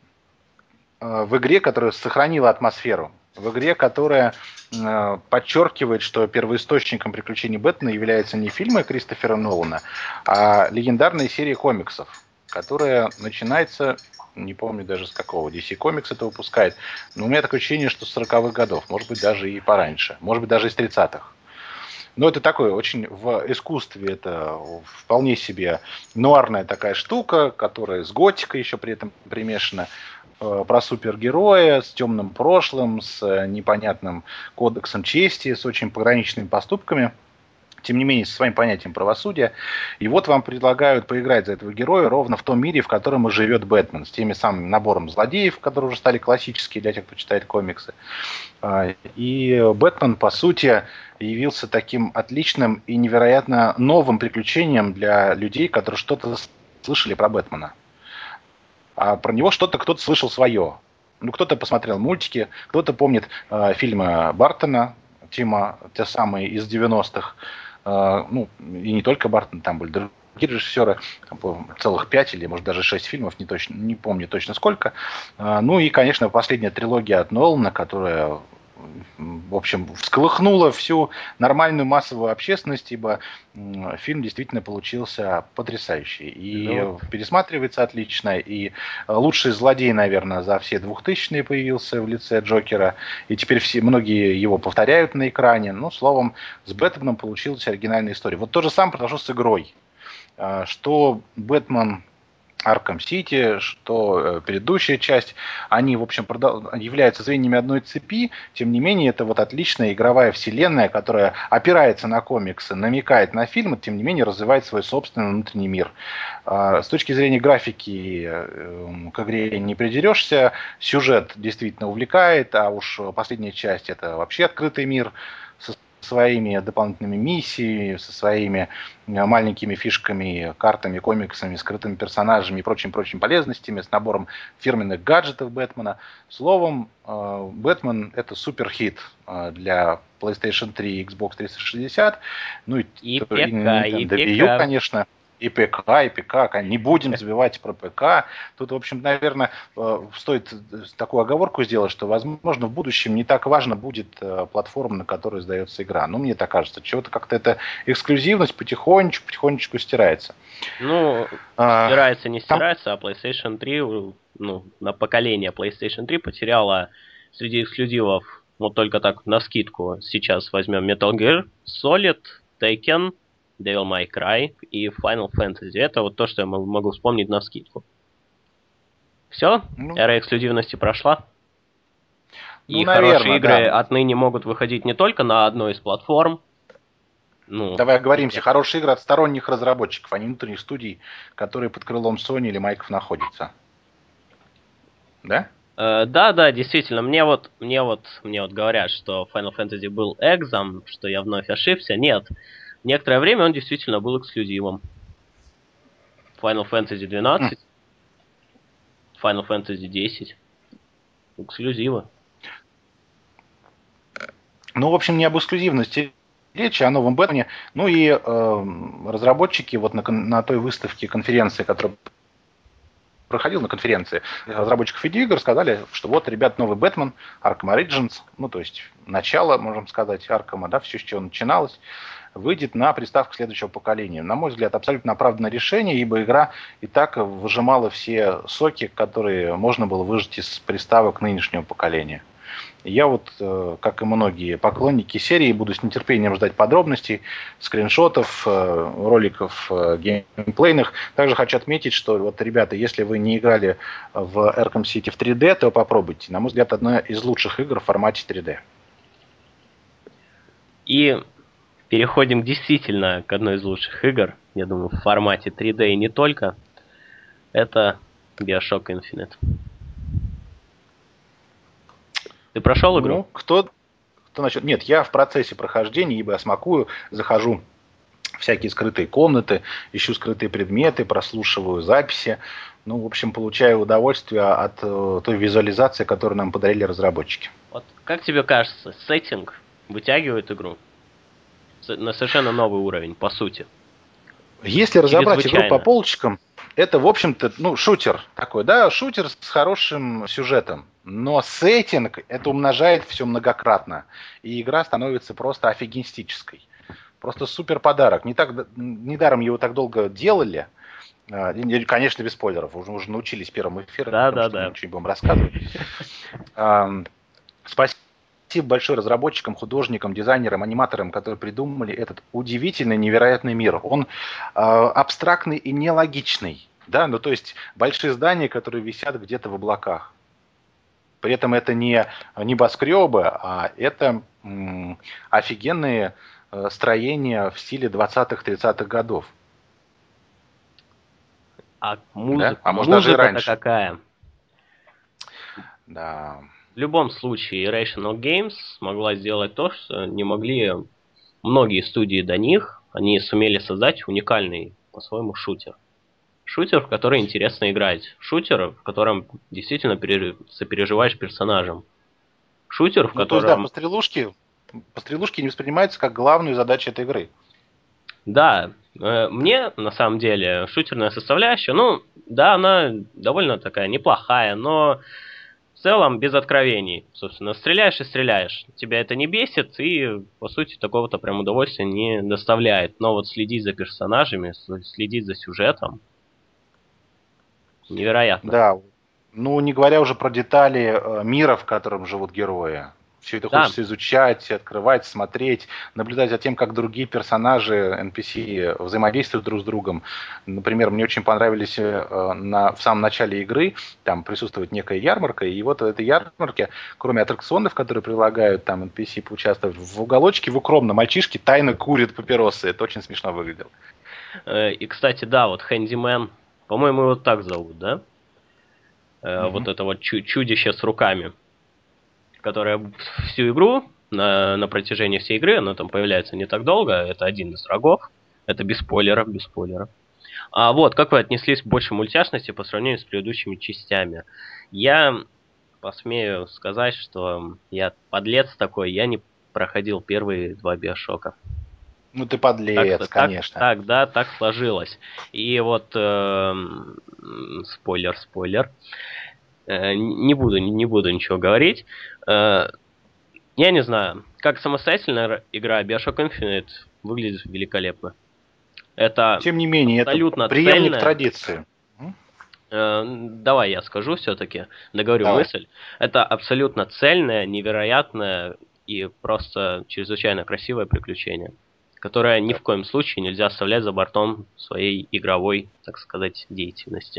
э, в игре, которая сохранила атмосферу. В игре, которая э, подчеркивает, что первоисточником приключений Бэтмена являются не фильмы Кристофера Нолана, а легендарная серия комиксов, которая начинается, не помню даже с какого, ди си Comics это выпускает, но у меня такое ощущение, что с сороковых годов, может быть даже и пораньше, может быть даже из тридцатых. Но это такое, очень в искусстве это вполне себе нуарная такая штука, которая с готикой еще при этом примешана, про супергероя с темным прошлым, с непонятным кодексом чести, с очень пограничными поступками, тем не менее, со своим понятием правосудия. И вот вам предлагают поиграть за этого героя ровно в том мире, в котором и живет Бэтмен, с теми самыми набором злодеев, которые уже стали классические для тех, кто читает комиксы. И Бэтмен, по сути, явился таким отличным и невероятно новым приключением для людей, которые что-то слышали про Бэтмена. А про него что-то кто-то слышал свое. Ну, кто-то посмотрел мультики, кто-то помнит э, фильмы Бартона, Тима, те самые из девяностых. Э, ну, и не только Бартон, там были другие режиссеры, там, целых пять или, может, даже шесть фильмов, не, точно, не помню точно сколько. Э, ну и, конечно, последняя трилогия от Нолана, которая, в общем, всколыхнула всю нормальную массовую общественность, ибо фильм действительно получился потрясающий. И ну, пересматривается отлично, и лучший злодей, наверное, за все двухтысячные появился в лице Джокера, и теперь все, многие его повторяют на экране. Ну, словом, с Бэтменом получилась оригинальная история. Вот то же самое произошло с игрой. Что Бэтмен Arkham City, что предыдущая часть, они, в общем, являются звеньями одной цепи, тем не менее, это вот отличная игровая вселенная, которая опирается на комиксы, намекает на фильмы, тем не менее, развивает свой собственный внутренний мир. С точки зрения графики к игре не придерешься, сюжет действительно увлекает, а уж последняя часть это вообще открытый мир, своими дополнительными миссиями, со своими маленькими фишками, картами, комиксами, скрытыми персонажами и прочими-прочими полезностями, с набором фирменных гаджетов Бэтмена. Словом, Бэтмен это суперхит для PlayStation три и Xbox триста шестьдесят, ну и, и ПК, и Nintendo Wii U, конечно. И ПК, и ПК, не будем забивать про ПК. Тут, в общем, наверное, стоит такую оговорку сделать, что, возможно, в будущем не так важно будет платформа, на которой издается игра. Ну, мне так кажется, чего-то как-то эта эксклюзивность потихонечку, потихонечку стирается. Ну, а, стирается, не стирается, там... а PlayStation три, ну, на поколение PlayStation три потеряла среди эксклюзивов, вот только так, навскидку, сейчас возьмем Metal Gear Solid, Tekken, Devil May Cry и Final Fantasy. Это вот то, что я могу вспомнить навскидку. Все? Ну, эра эксклюзивности прошла. Ну, и наверное, хорошие игры да. отныне могут выходить не только на одной из платформ. Ну, Давай оговоримся, хорошие игры от сторонних разработчиков, а не внутренних студий, которые под крылом Sony или Майков находятся. Да? Э, да, да, действительно. Мне вот, мне вот, мне вот говорят, что Final Fantasy был экзом, что я вновь ошибся. Нет. Некоторое время он действительно был эксклюзивом. Final Fantasy двенадцать, mm. Final Fantasy десять. Эксклюзивы. Ну, в общем, не об эксклюзивности речи, о новом Бэтмене. Ну и э, разработчики вот на, на той выставке, конференции, которая проходила на конференции разработчиков видеоигр, сказали, что вот, ребят, новый Бэтмен, Arkham Origins, ну, то есть начало, можем сказать, Аркама, да, все, с чего начиналось. выйдет на приставку следующего поколения. На мой взгляд, абсолютно оправданное решение, ибо игра и так выжимала все соки, которые можно было выжать из приставок нынешнего поколения. Я вот, как и многие поклонники серии, буду с нетерпением ждать подробностей, скриншотов, роликов геймплейных. Также хочу отметить, что, вот, ребята, если вы не играли в Arkham City в три дэ, то попробуйте. На мой взгляд, одна из лучших игр в формате три дэ. И переходим действительно к одной из лучших игр, я думаю, в формате три дэ и не только. Это BioShock Infinite. Ты прошел игру? Ну, кто, кто начнет? Нет, я в процессе прохождения, ибо я смакую, захожу в всякие скрытые комнаты, ищу скрытые предметы, прослушиваю записи. Ну, в общем, получаю удовольствие от э, той визуализации, которую нам подарили разработчики. Вот как тебе кажется, сеттинг вытягивает игру на совершенно новый уровень, по сути? Если разобрать игру по полочкам, это, в общем-то, ну, шутер такой, да, шутер с хорошим сюжетом. Но сеттинг это умножает все многократно. И игра становится просто офигенистической. Просто супер подарок. Не так, недаром его так долго делали. Конечно, без спойлеров. Уже, уже научились первым эфиром, да, потому да, что да. мы ничего не будем рассказывать. Спасибо. Спасибо большое разработчикам, художникам, дизайнерам, аниматорам, которые придумали этот удивительный, невероятный мир. Он э, абстрактный и нелогичный. Да? Ну, то есть большие здания, которые висят где-то в облаках. При этом это не небоскребы, а это м, офигенные э, строения в стиле двадцатых-тридцатых годов. А музыка, да? А может музыка-то даже и раньше. какая? Да. В любом случае, Irrational Games смогла сделать то, что не могли многие студии до них. Они сумели создать уникальный, по-своему, шутер. Шутер, в который интересно играть. Шутер, в котором действительно сопереживаешь персонажам. Шутер, в ну, котором... То есть, да, пострелушки, пострелушки не воспринимаются как главную задачу этой игры. Да, мне, на самом деле, шутерная составляющая, ну, да, она довольно такая неплохая, но... В целом, без откровений. Собственно, стреляешь и стреляешь. Тебя это не бесит и, по сути, такого-то прям удовольствия не доставляет. Но вот следить за персонажами, следить за сюжетом невероятно. Да. Ну, не говоря уже про детали мира, в котором живут герои. Все это да. Хочется изучать, открывать, смотреть, наблюдать за тем, как другие персонажи, эн пи си, взаимодействуют друг с другом. Например, мне очень понравились на, в самом начале игры, там присутствует некая ярмарка, и вот в этой ярмарке, кроме аттракционов, которые предлагают там эн пи си поучаствовать, в уголочке, в укромном мальчишки тайно курят папиросы. Это очень смешно выглядело. И, кстати, да, вот Handyman, по-моему, его так зовут, да? Mm-hmm. Вот это вот чудище с руками, которая всю игру, на, на протяжении всей игры, она там появляется не так долго, это один из врагов, это без спойлеров, без спойлеров. А вот, как вы отнеслись к большей мультяшности по сравнению с предыдущими частями? Я посмею сказать, что я подлец такой, я не проходил первые два Биошока. Ну ты подлец, так, конечно. Так, так, да, так сложилось. И вот, э, спойлер, спойлер, э, не буду, не буду ничего говорить. Э, я не знаю, как самостоятельная игра Bioshock Infinite выглядит великолепно. Это Тем не менее, абсолютно это преемник цельная... традиции. Э, давай я скажу все-таки, договорю Давай. мысль. Это абсолютно цельное, невероятное и просто чрезвычайно красивое приключение, которое ни в коем случае нельзя оставлять за бортом своей игровой, так сказать, деятельности.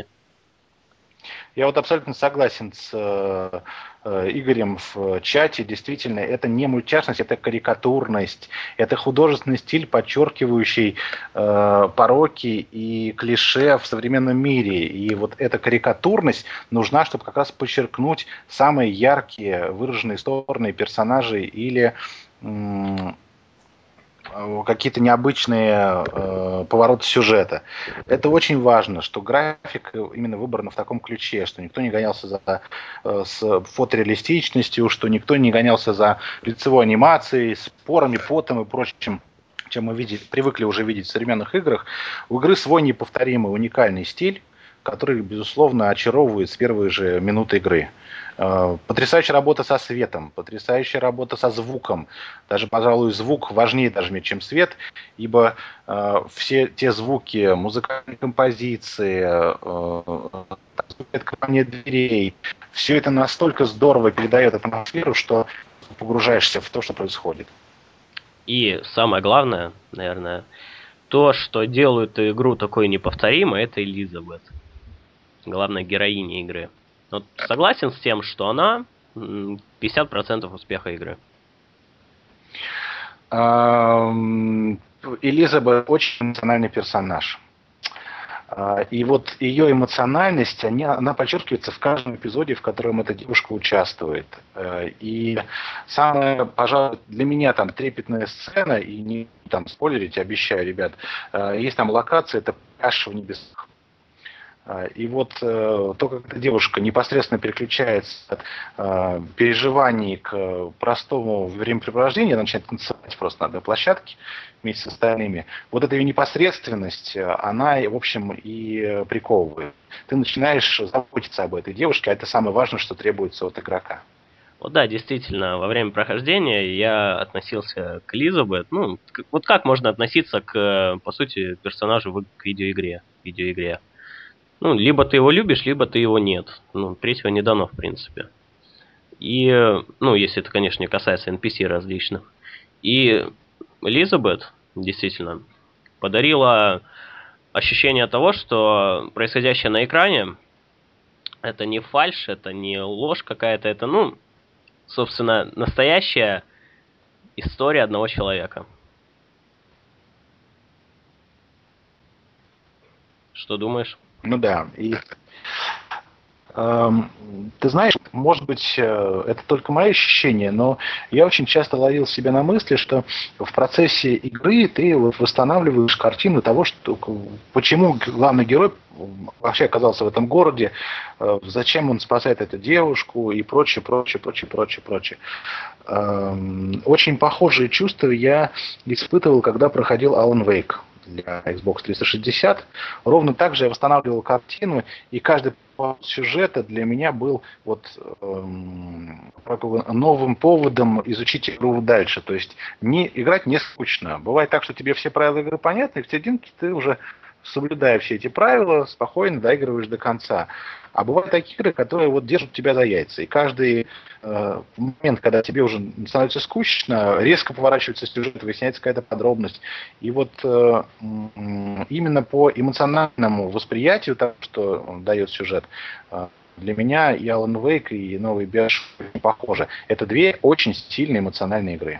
Я вот абсолютно согласен с э, э, Игорем в чате. Действительно, это не мультяшность, это карикатурность, это художественный стиль, подчеркивающий э, пороки и клише в современном мире. И вот эта карикатурность нужна, чтобы как раз подчеркнуть самые яркие выраженные стороны персонажей или м- какие-то необычные э, повороты сюжета. Это очень важно, что графика именно выбрана в таком ключе, что никто не гонялся за э, с фотореалистичностью, что никто не гонялся за лицевой анимацией, спорами, потом и прочим, чем мы видели, привыкли уже видеть в современных играх. У игры свой неповторимый, уникальный стиль, который, безусловно, очаровывает с первой же минуты игры. Потрясающая работа со светом, потрясающая работа со звуком. Даже, пожалуй, звук важнее даже, чем свет, ибо э, все те звуки, музыкальные композиции, э, открывание дверей, все это настолько здорово передает атмосферу, что погружаешься в то, что происходит. И самое главное, наверное, то, что делает игру такой неповторимой, это Элизабет. Главная героиня игры. Вот согласен с тем, что она пятьдесят процентов успеха игры. Элизабет очень эмоциональный персонаж. И вот ее эмоциональность, они, она подчеркивается в каждом эпизоде, в котором эта девушка участвует. И самая, пожалуй, для меня там трепетная сцена, и не там спойлерить, обещаю, ребят, есть там локация, это пляж в небесах. И вот э, то, как эта девушка непосредственно переключается от э, переживаний к простому времяпрепровождению, она начинает танцевать просто на одной площадке вместе с остальными. Вот эта ее непосредственность, она, в общем, и приковывает. Ты начинаешь заботиться об этой девушке, а это самое важное, что требуется от игрока. Вот да, действительно, во время прохождения я относился к Элизабет. Ну, вот как можно относиться к, по сути, персонажу в видеоигре? видеоигре? Ну, либо ты его любишь, либо ты его нет. Ну, третьего не дано, в принципе. И, ну, если это, конечно, не касается эн пи си различных. И Элизабет, действительно, подарила ощущение того, что происходящее на экране это не фальшь, это не ложь какая-то, это, ну, собственно, настоящая история одного человека. Что думаешь? Ну да, и э, ты знаешь, может быть, это только мое ощущение, но я очень часто ловил себя на мысли, что в процессе игры ты вот восстанавливаешь картину того, что, почему главный герой вообще оказался в этом городе, э, зачем он спасает эту девушку и прочее, прочее, прочее, прочее, прочее. Э, очень похожие чувства я испытывал, когда проходил Alan Wake для Xbox триста шестьдесят. Ровно так же я восстанавливал картину, и каждый сюжета для меня был вот эм, новым поводом изучить игру дальше. То есть не, играть не скучно. Бывает так, что тебе все правила игры понятны, и в серединке ты уже, соблюдая все эти правила, спокойно доигрываешь до конца. А бывают такие игры, которые вот держат тебя за яйца. И каждый э, момент, когда тебе уже становится скучно, резко поворачивается сюжет, выясняется какая-то подробность. И вот э, именно по эмоциональному восприятию того, что дает сюжет, э, для меня и Alan Wake, и новый Bioshock похожи. Это две очень сильные эмоциональные игры.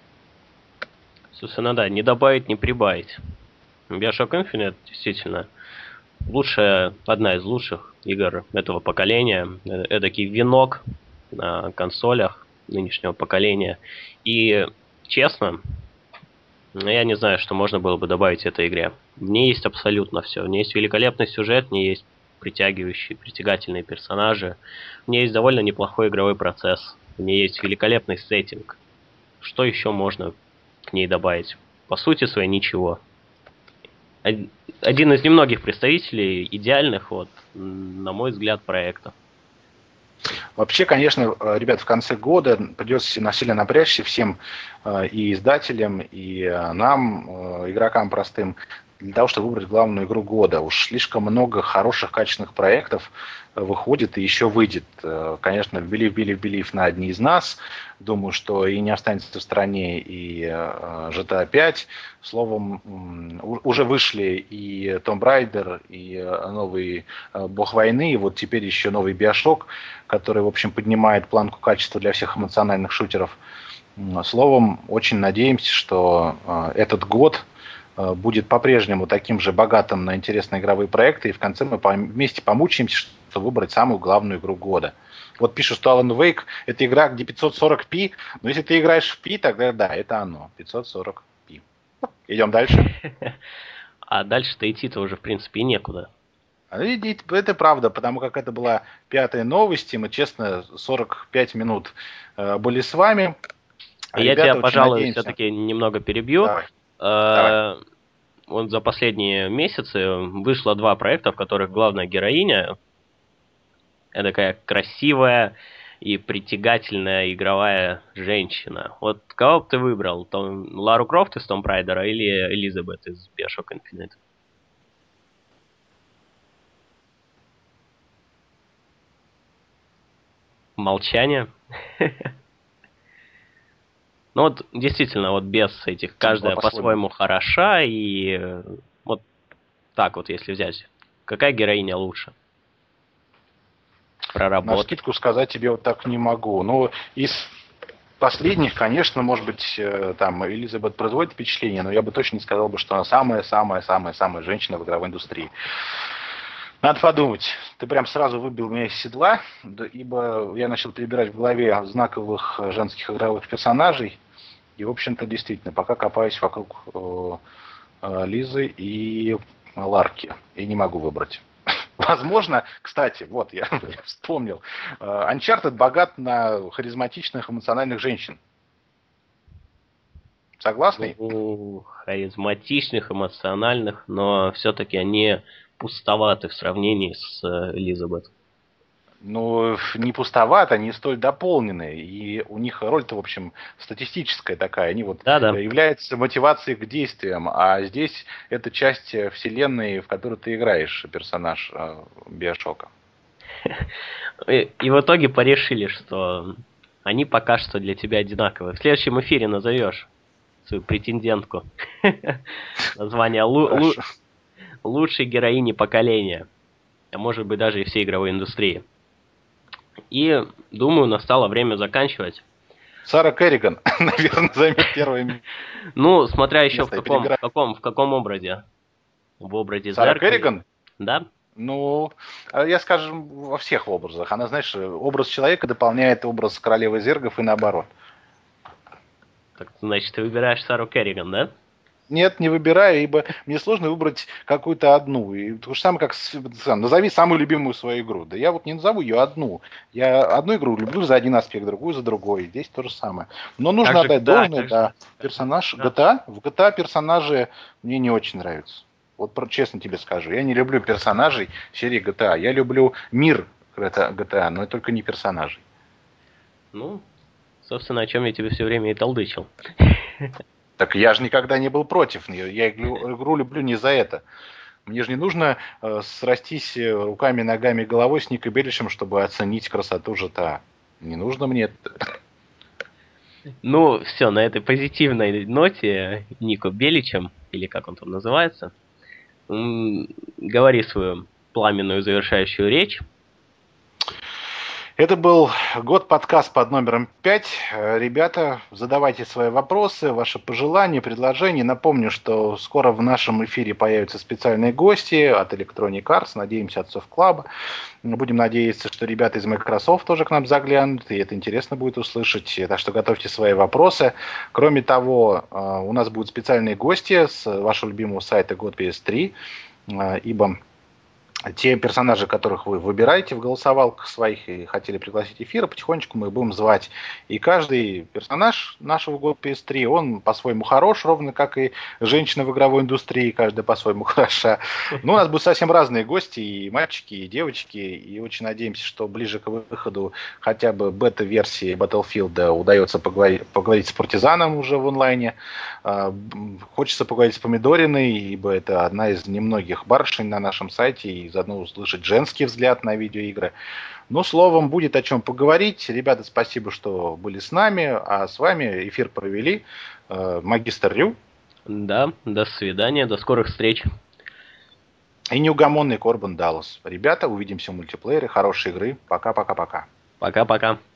Собственно, да, не добавить, не прибавить. Bioshock Infinite действительно лучшая, одна из лучших игр этого поколения. Эдакий венок на консолях нынешнего поколения. И, честно, я не знаю, что можно было бы добавить этой игре. В ней есть абсолютно все. В ней есть великолепный сюжет, в ней есть притягивающие, притягательные персонажи. В ней есть довольно неплохой игровой процесс. В ней есть великолепный сеттинг. Что еще можно к ней добавить? По сути своей ничего. Один из немногих представителей идеальных, вот, на мой взгляд, проекта. Вообще, конечно, ребят, в конце года придется насильно напрячься всем и издателям, и нам, игрокам простым, для того, чтобы выбрать главную игру года. Уж слишком много хороших, качественных проектов выходит и еще выйдет. Конечно, Believe, Believe, Believe на одни из нас. Думаю, что и не останется в стране, и джи ти эй пять. Словом, уже вышли и Tomb Raider, и новый Бог войны, и вот теперь еще новый Bioshock, который, в общем, поднимает планку качества для всех эмоциональных шутеров. Словом, очень надеемся, что этот год будет по-прежнему таким же богатым на интересные игровые проекты, и в конце мы вместе помучаемся, чтобы выбрать самую главную игру года. Вот пишут, что Alan Wake — это игра, где пятьсот сорок пи, но если ты играешь в пи, тогда да, это оно, пятьсот сорок пи. Идем дальше. А дальше-то идти-то уже, в принципе, и некуда. Это правда, потому как это была пятая новость, и мы, честно, сорок пять минут были с вами. А я тебя, пожалуй, все-таки немного перебью. Давай. Давай. вот за последние месяцы вышло два проекта, в которых главная героиня это такая красивая и притягательная игровая женщина. Вот кого бы ты выбрал? Том, Лару Крофт из Tomb Raider или Элизабет из Bioshock Infinite? Молчание. Ну вот, действительно, вот без этих, каждая по-своему хороша, и вот так вот, если взять, какая героиня лучше? На скидку сказать тебе вот так не могу. Но из последних, конечно, может быть, там Элизабет производит впечатление, но я бы точно не сказал бы, что она самая-самая-самая-самая женщина в игровой индустрии. Надо подумать. Ты прям сразу выбил меня из седла, ибо я начал перебирать в голове знаковых женских игровых персонажей. И, в общем-то, действительно, пока копаюсь вокруг э, э, Лизы и Ларки. И не могу выбрать. Возможно, кстати, вот я вспомнил. Uncharted богат на харизматичных, эмоциональных женщин. Согласны? Ну, харизматичных, эмоциональных, но все-таки они пустоваты в сравнении с Элизабет. Ну, не пустовато, они столь дополнены. И у них роль-то, в общем, статистическая такая. Они вот Да-да. являются мотивацией к действиям. А здесь это часть вселенной, в которой ты играешь, персонаж Биошока. И, и в итоге порешили, что они пока что для тебя одинаковые. В следующем эфире назовешь свою претендентку. Название лучшей героини поколения. А может быть даже и всей игровой индустрии. И, думаю, настало время заканчивать. Сара Керриган, наверное, займет первое. Ну, смотря еще в каком, в каком, в каком образе. В образе Сара Керриган? Да. Ну, я скажем, во всех образах. Она, знаешь, образ человека дополняет образ королевы зергов и наоборот. Так, значит, ты выбираешь Сару Керриган, да? Нет, не выбираю, ибо мне сложно выбрать какую-то одну. И то же самое, как сам, назови самую любимую свою игру. Да я вот не назову ее одну. Я одну игру люблю за один аспект, другую за другой. Здесь то же самое. Но нужно как отдать же, да, должное, да. Персонаж да. джи ти эй, в джи ти эй персонажи мне не очень нравятся. Вот честно тебе скажу. Я не люблю персонажей серии джи ти эй. Я люблю мир джи ти эй, но только не персонажей. Ну, собственно, о чем я тебе все время и толдычил. Так я же никогда не был против. Я игру люблю не за это. Мне же не нужно э, срастись руками, ногами, головой с Никой Беличем, чтобы оценить красоту джи ти эй. Не нужно мне это. Ну, все, на этой позитивной ноте Нико Беличем, или как он там называется, говори свою пламенную завершающую речь. Это был год подкаст под номером пять. Ребята, задавайте свои вопросы, ваши пожелания, предложения. Напомню, что скоро в нашем эфире появятся специальные гости от Electronic Arts, надеемся, от Soft Club. Будем надеяться, что ребята из Microsoft тоже к нам заглянут, и это интересно будет услышать. Так что готовьте свои вопросы. Кроме того, у нас будут специальные гости с вашего любимого сайта год пи эс три, ибо те персонажи, которых вы выбираете в голосовалках своих и хотели пригласить эфира, потихонечку мы будем звать. И каждый персонаж нашего год пи эс три, он по-своему хорош, ровно как и женщина в игровой индустрии, каждая по-своему хороша. Но у нас будут совсем разные гости, и мальчики, и девочки, и очень надеемся, что ближе к выходу хотя бы бета-версии Battlefield удается поговорить, поговорить с партизаном уже в онлайне. Хочется поговорить с Помидориной, ибо это одна из немногих барышень на нашем сайте, и заодно услышать женский взгляд на видеоигры. Ну, словом, будет о чем поговорить. Ребята, спасибо, что были с нами. А с вами эфир провели э, магистр Рю. Да, до свидания, до скорых встреч. И неугомонный Корбан Даллас. Ребята, увидимся в мультиплеере. Хорошей игры. Пока-пока-пока. Пока-пока.